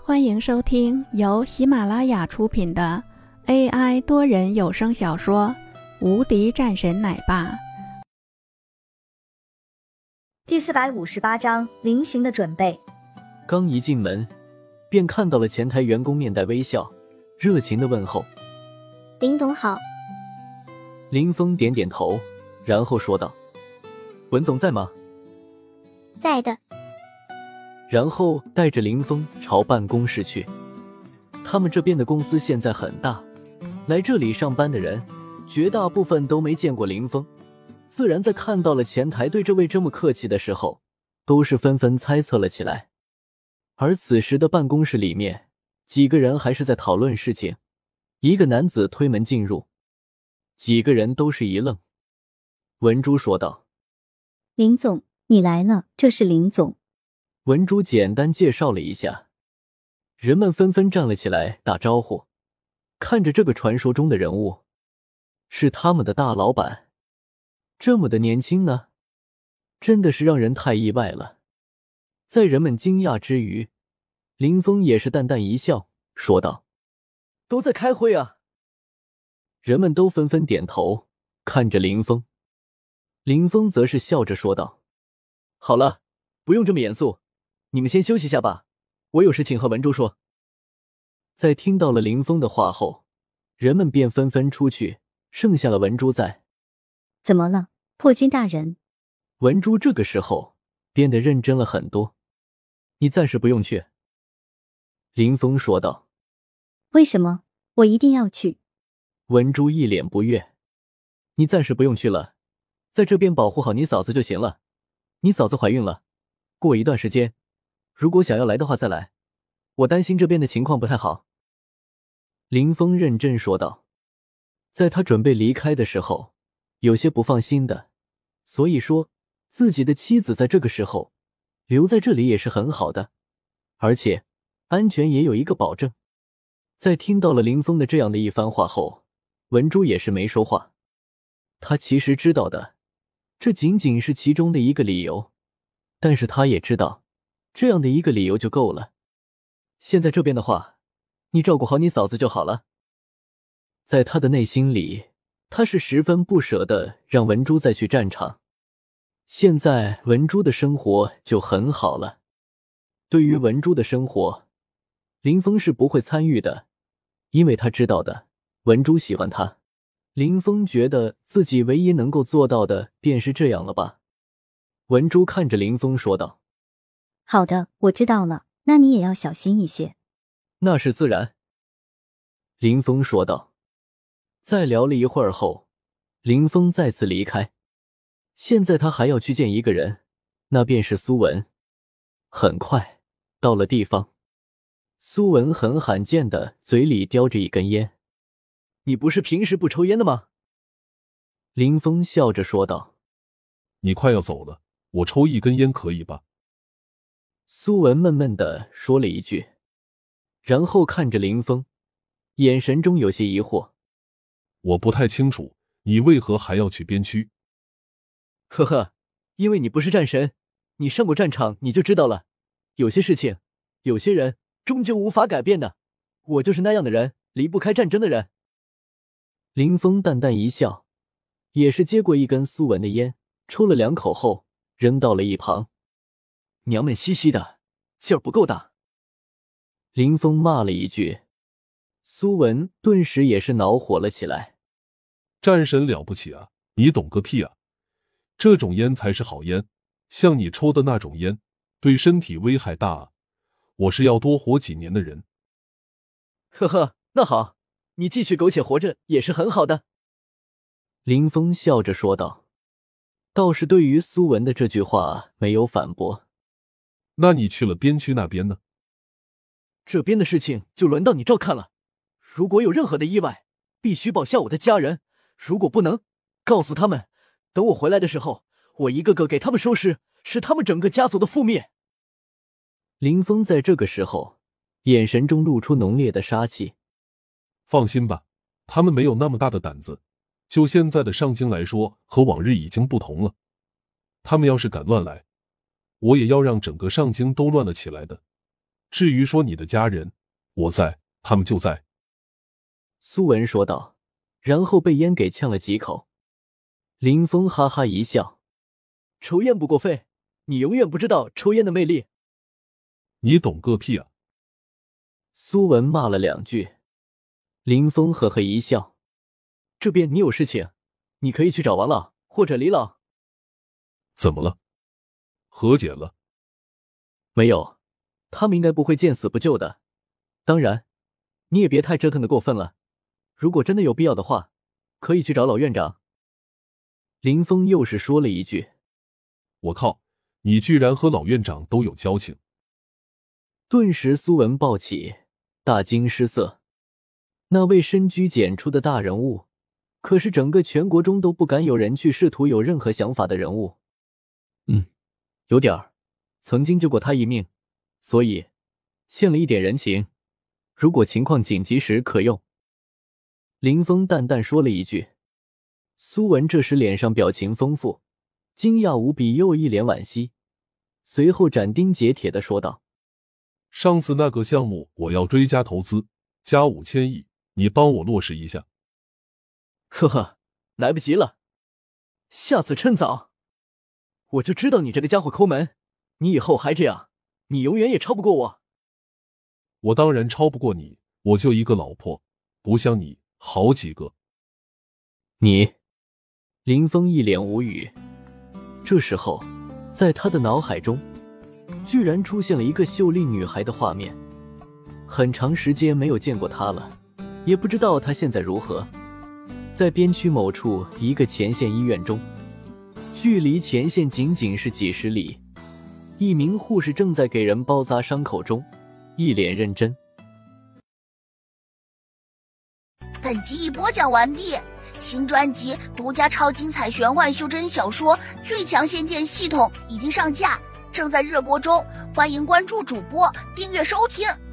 欢迎收听由喜马拉雅出品的 AI 多人有声小说《无敌战神奶爸》 第458章临行的准备。 刚一进门，便看到了前台员工面带微笑，热情的问候：“ 林总好。” 林峰点点头，然后说道：“文总在吗？”“ 在的。” 然后带着林峰朝办公室去。他们这边的公司现在很大，来这里上班的人绝大部分都没见过林峰，自然在看到了前台对这位这么客气的时候，都是纷纷猜测了起来。而此时的办公室里面，几个人还是在讨论事情。一个男子推门进入，几个人都是一愣。文珠说道：“ 林总，你来了，这是林总。” 文珠简单介绍了一下，人们纷纷站了起来打招呼。看着这个传说中的人物，是他们的大老板，这么的年轻呢，真的是让人太意外了。在人们惊讶之余，林峰也是淡淡一笑，说道：“都在开会啊。”人们都纷纷点头，看着林峰。林峰则是笑着说道：“好了，不用这么严肃，你们先休息下吧，我有事情和文珠说。”在听到了林峰的话后，人们便纷纷出去，剩下了文珠在。 “怎么了，破军大人？” 文珠这个时候变得认真了很多。“你暂时不用去。”林峰说道。 “为什么？我一定要去。” 文珠一脸不悦。“你暂时不用去了，在这边保护好你嫂子就行了。你嫂子怀孕了，过一段时间，如果想要来的话再来，我担心这边的情况不太好。”林峰认真说道。在他准备离开的时候，有些不放心的，所以说自己的妻子在这个时候留在这里也是很好的，而且安全也有一个保证。在听到了林峰的这样的一番话后，文珠也是没说话。他其实知道的，这仅仅是其中的一个理由，但是他也知道这样的一个理由就够了。现在这边的话，你照顾好你嫂子就好了。在他的内心里，他是十分不舍得让文珠再去战场。现在文珠的生活就很好了。对于文珠的生活，林峰是不会参与的，因为他知道的，文珠喜欢他。林峰觉得自己唯一能够做到的便是这样了吧。文珠看着林峰说道：“ 好的，我知道了，那你也要小心一些。”“ 那是自然。”林峰说道。再聊了一会儿后，林峰再次离开。现在他还要去见一个人，那便是苏文。很快到了地方，苏文很罕见的嘴里叼着一根烟。“你不是平时不抽烟的吗？”林峰笑着说道。 “你快要走了，我抽一根烟可以吧？” 苏文闷闷地说了一句，然后看着林峰，眼神中有些疑惑。 “我不太清楚，你为何还要去边区？”“ 呵呵，因为你不是战神，你上过战场你就知道了，有些事情，有些人终究无法改变的，我就是那样的人，离不开战争的人。”林峰淡淡一笑，也是接过一根苏文的烟，抽了2口后扔到了一旁。“娘们兮兮的，劲儿不够大。”林峰骂了一句。苏文顿时也是恼火了起来。 “战神了不起啊，你懂个屁啊！这种烟才是好烟，像你抽的那种烟，对身体危害大啊！我是要多活几年的人。”“ 呵呵，那好，你继续苟且活着也是很好的。”林峰笑着说道。倒是对于苏文的这句话没有反驳。 “那你去了边区那边呢？”“ 这边的事情就轮到你照看了。如果有任何的意外，必须保下我的家人，如果不能，告诉他们，等我回来的时候，我一个个给他们收拾，使他们整个家族的覆灭。”林峰在这个时候眼神中露出浓烈的杀气。 “放心吧，他们没有那么大的胆子，就现在的上京来说，和往日已经不同了。他们要是敢乱来，我也要让整个上京都乱了起来的。 至于说你的家人，我在，他们就在。 苏文说道，然后被烟给呛了几口。林峰哈哈一笑，抽烟不过肺，你永远不知道抽烟的魅力。 你懂个屁啊！ 苏文骂了2句。林峰呵呵一笑，这边你有事情，你可以去找王老或者李老。 怎么了？和解了？ 没有，他们应该不会见死不救的。当然，你也别太折腾的过分了。如果真的有必要的话，可以去找老院长。林峰又是说了一句。 我靠，你居然和老院长都有交情。 顿时苏文暴起，大惊失色。那位深居简出的大人物，可是整个全国中都不敢有人去试图有任何想法的人物。有点儿，曾经救过他一命，所以欠了一点人情，如果情况紧急时可用。林峰淡淡说了一句。苏文这时脸上表情丰富，惊讶无比又一脸惋惜，随后斩钉截铁地说道， 上次那个项目我要追加投资，加5000亿，你帮我落实一下。 呵呵，来不及了，下次趁早。我就知道你这个家伙抠门，你以后还这样，你永远也超不过我。 我当然超不过你，我就一个老婆，不像你好几个。 你，林峰一脸无语。这时候，在他的脑海中，居然出现了一个秀丽女孩的画面。很长时间没有见过她了，也不知道她现在如何。在边区某处一个前线医院中，距离前线仅仅是几十里，一名护士正在给人包扎伤口中，一脸认真。 本集已播讲完毕，新专辑独家超精彩玄幻修真小说《最强仙剑系统》已经上架，正在热播中，欢迎关注主播，订阅收听。